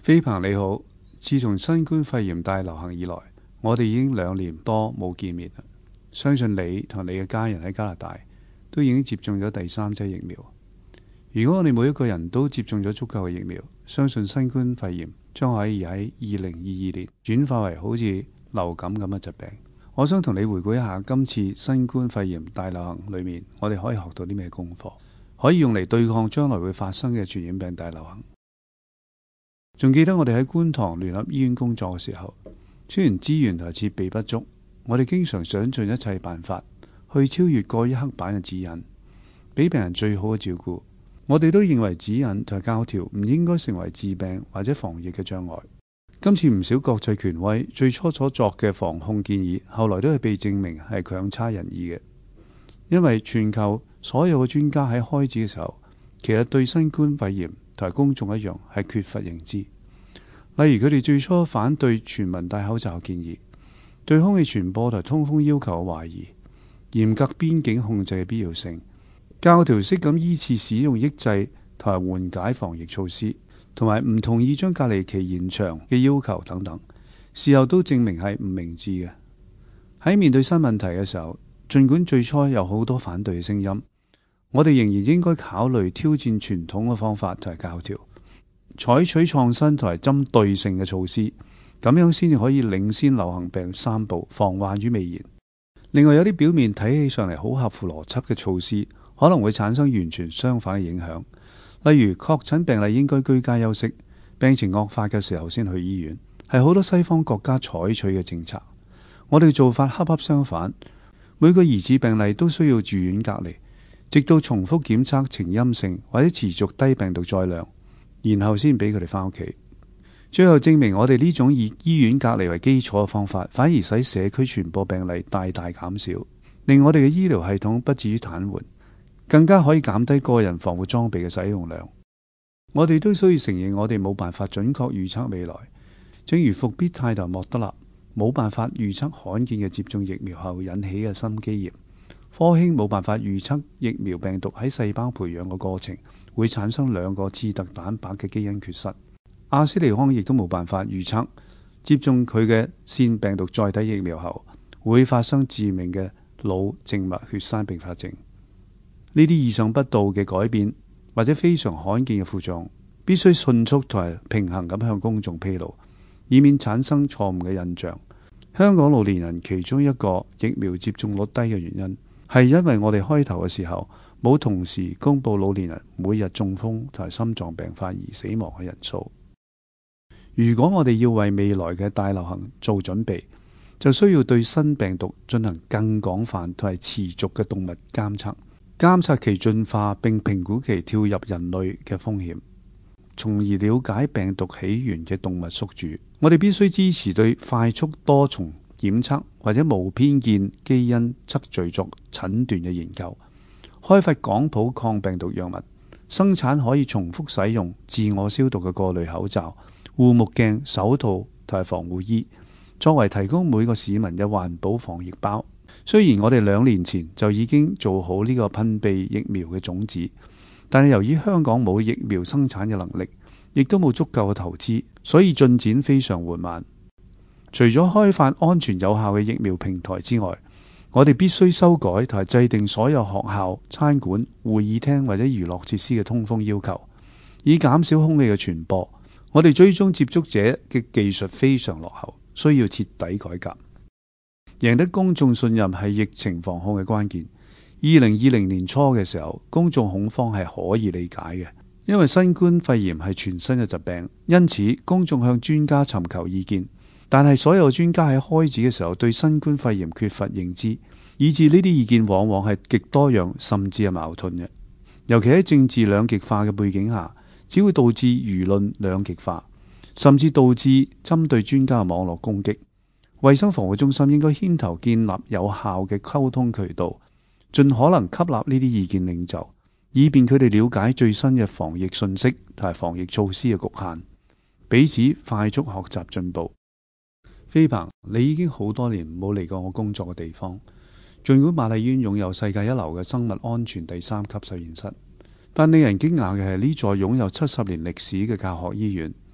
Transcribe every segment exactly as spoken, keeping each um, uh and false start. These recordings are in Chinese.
飛鵬你好，自從新冠肺炎大流行以來，我哋已經兩年多冇見面啦。相信你同你嘅家人喺加拿大都已經接種咗第三劑疫苗。如果我哋每一個人都接種咗足夠嘅疫苗，相信新冠肺炎將可以喺二零二二年轉化為好似流感咁嘅疾病。我想同你回顧一下今次新冠肺炎大流行裏面，我哋可以學到啲咩功課，可以用嚟對抗將來會發生嘅傳染病大流行。仲記得我哋喺觀塘聯合醫院工作嘅時候，雖然資源同設備不足，我哋經常想盡一切辦法去超越過於刻板嘅指引，俾病人最好嘅照顧。我哋都認為指引同教條唔應該成為治病或者防疫嘅障礙。今次唔少國際權威最初所作嘅防控建議，後來都係被證明係強差人意嘅，因為全球所有嘅專家喺開始嘅時候，其實對新冠肺炎同埋公眾一樣係缺乏認知。例如佢哋最初反對全民戴口罩建議，對空氣傳播同通風要求嘅懷疑，嚴格邊境控制嘅必要性，教條式咁依次使用抑制同埋緩解防疫措施，同埋唔同意將隔離期延長嘅要求等等，事後都證明係唔明智嘅。喺面對新問題嘅時候，儘管最初有好多反對嘅聲音，我哋仍然應該考慮挑戰傳統嘅方法同埋教條，採取創新同埋針對性嘅措施，咁樣先至可以領先流行病三步，防患於未然。另外有啲表面睇起上嚟好合乎邏輯嘅措施，可能會產生完全相反嘅影響。例如確診病例應該居家休息，病情惡化嘅時候先去醫院，係好多西方國家採取嘅政策。我哋嘅做法恰恰相反，每個疑似病例都需要住院隔離，直到重複檢測呈陰性或者持續低病毒載量，然後先俾佢哋返屋企。最後證明我哋呢種以醫院隔離為基礎嘅方法，反而使社區傳播病例大大減少，令我哋嘅醫療系統不至於癱瘓，更加可以減低個人防護裝備嘅使用量。我哋都需要承認，我哋冇辦法準確預測未來，正如復必泰同莫德納冇辦法預測罕見嘅接種疫苗後引起嘅心肌炎，科興冇辦法預測疫苗病毒喺細胞培養嘅過程會產生兩個刺突蛋白嘅基因缺失，阿斯利康亦都冇辦法預測接種佢嘅腺病毒載體疫苗後會發生致命嘅腦靜脈血栓併發症。呢啲意想不到嘅改變或者非常罕見嘅副作用，必須迅速同埋平衡咁向公眾披露，以免產生錯誤嘅印象。香港老年人其中一個疫苗接種率低嘅原因，係因為我哋開頭嘅時候冇同時公布老年人每日中風同埋心臟病發而死亡嘅人數。如果我哋要為未來嘅大流行做準備，就需要對新病毒進行更廣泛同埋持續嘅動物監測，監察其進化並評估其跳入人類嘅風險，從而了解病毒起源嘅動物宿主。我哋必須支持對快速多重檢測或者無偏見基因測序作診斷嘅研究，開發廣譜抗病毒藥物，生產可以重複使用、自我消毒嘅過濾口罩、護目鏡、手套同埋防護衣，作為提供每個市民嘅環保防疫包。雖然我哋兩年前就已經做好呢個噴鼻疫苗嘅種子，但係由於香港冇疫苗生產嘅能力，亦都冇足夠嘅投資，所以進展非常緩慢。除咗開發安全有效嘅疫苗平台之外，我哋必須修改同埋制定所有學校、餐館、會議廳或者娛樂設施嘅通風要求，以減少空氣嘅傳播。我哋追蹤接觸者嘅技術非常落後，需要徹底改革。贏得公眾信任係疫情防控嘅關鍵。二零二零年初嘅時候，公眾恐慌係可以理解嘅，因為新冠肺炎係全新嘅疾病，因此公眾向專家尋求意見。但係所有專家喺開始嘅時候對新冠肺炎缺乏認知，以致呢啲意見往往係極多樣，甚至係矛盾嘅。尤其喺政治兩極化嘅背景下，只會導致輿論兩極化，甚至導致針對專家嘅網絡攻擊。衛生防護中心應該牽頭建立有效嘅溝通渠道，盡可能吸納呢啲意見領袖，以便佢哋了解最新嘅防疫信息同埋防疫措施嘅局限，彼此快速學習進步。飛鵬，你已經好多年冇嚟過我工作嘅地方，儘管瑪麗醫院擁有世界一流嘅生物安全第三級實驗室，但令人驚訝嘅係呢座擁有七十年歷史嘅教學醫院，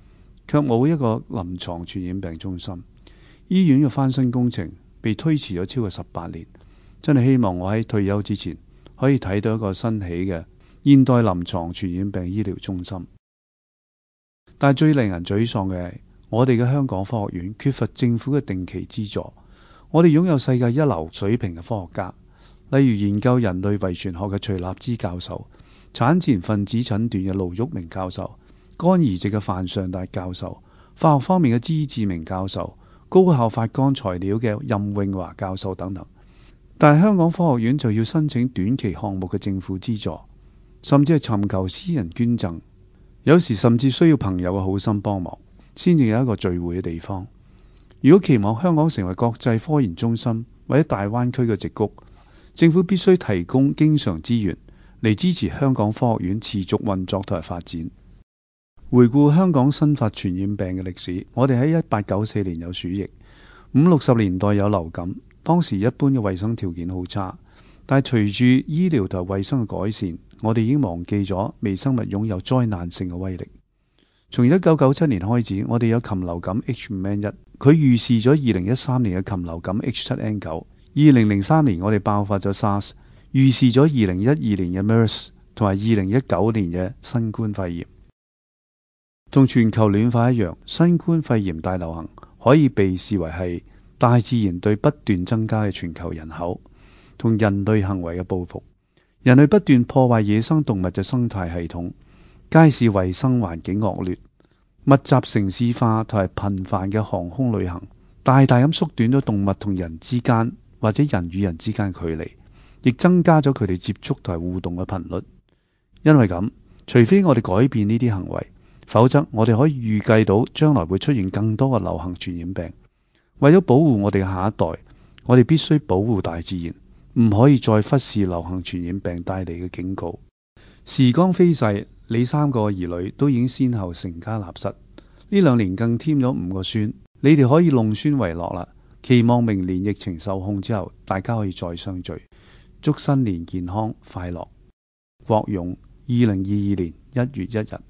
卻冇一個臨床傳染病中心。醫院嘅翻新工程被推遲咗超過十八年，真係希望我喺退休之前可以睇到一個新起嘅現代臨床傳染病醫療中心。但係最令人沮喪嘅係，我哋嘅香港科學院缺乏政府嘅定期資助。我哋擁有世界一流水平嘅科學家，例如研究人類遺傳學嘅徐立之教授、產前分子診斷嘅盧煜明教授、肝移植嘅范尚達教授、化學方面嘅支志明教授、高效發光材料嘅任永華教授等等。但係香港科學院就要申請短期項目嘅政府資助，甚至係尋求私人捐贈，有時甚至需要朋友嘅好心幫忙，先至有一個聚會嘅地方。如果期望香港成為國際科研中心或者大灣區嘅矽谷，政府必須提供經常資源嚟支持香港科學院持續運作同埋發展。回顧香港新發傳染病嘅歷史，我哋喺一八九四年有鼠疫，五六十年代有流感，當時一般嘅衛生條件好差，但係隨住醫療同衛生嘅改善，我哋已經忘記咗微生物擁有災難性嘅威力。從一九九七年開始，我哋有禽流感 H 五 N 一，佢預示咗二零一三年嘅禽流感 H 七 N 九。二零零三年我哋爆發咗 SARS， 預示咗二零一二年嘅 MERS 同埋二零一九年嘅新冠肺炎。同全球暖化一樣，新冠肺炎大流行可以被視為係大自然對不斷增加嘅全球人口同人類行為嘅報復。人類不斷破壞野生動物嘅生態系統，街市衛生環境惡劣，密集城市化同埋頻繁嘅航空旅行，大大咁縮短咗動物同人之間或者人與人之間嘅距離，亦增加咗佢哋接觸同埋互動嘅頻率。因為咁，除非我哋改變呢啲行為，否則我哋可以預計到將來會出現更多嘅流行傳染病。為咗保護我哋嘅下一代，我哋必須保護大自然，唔可以再忽視流行傳染病帶嚟嘅警告。時光飛逝，你三個兒女都已經先後成家立室，呢兩年更添咗五個孫，你哋可以弄孫為樂啦。期望明年疫情受控之後，大家可以再相聚。祝新年健康快樂。郭勇，二零二二年一月一日。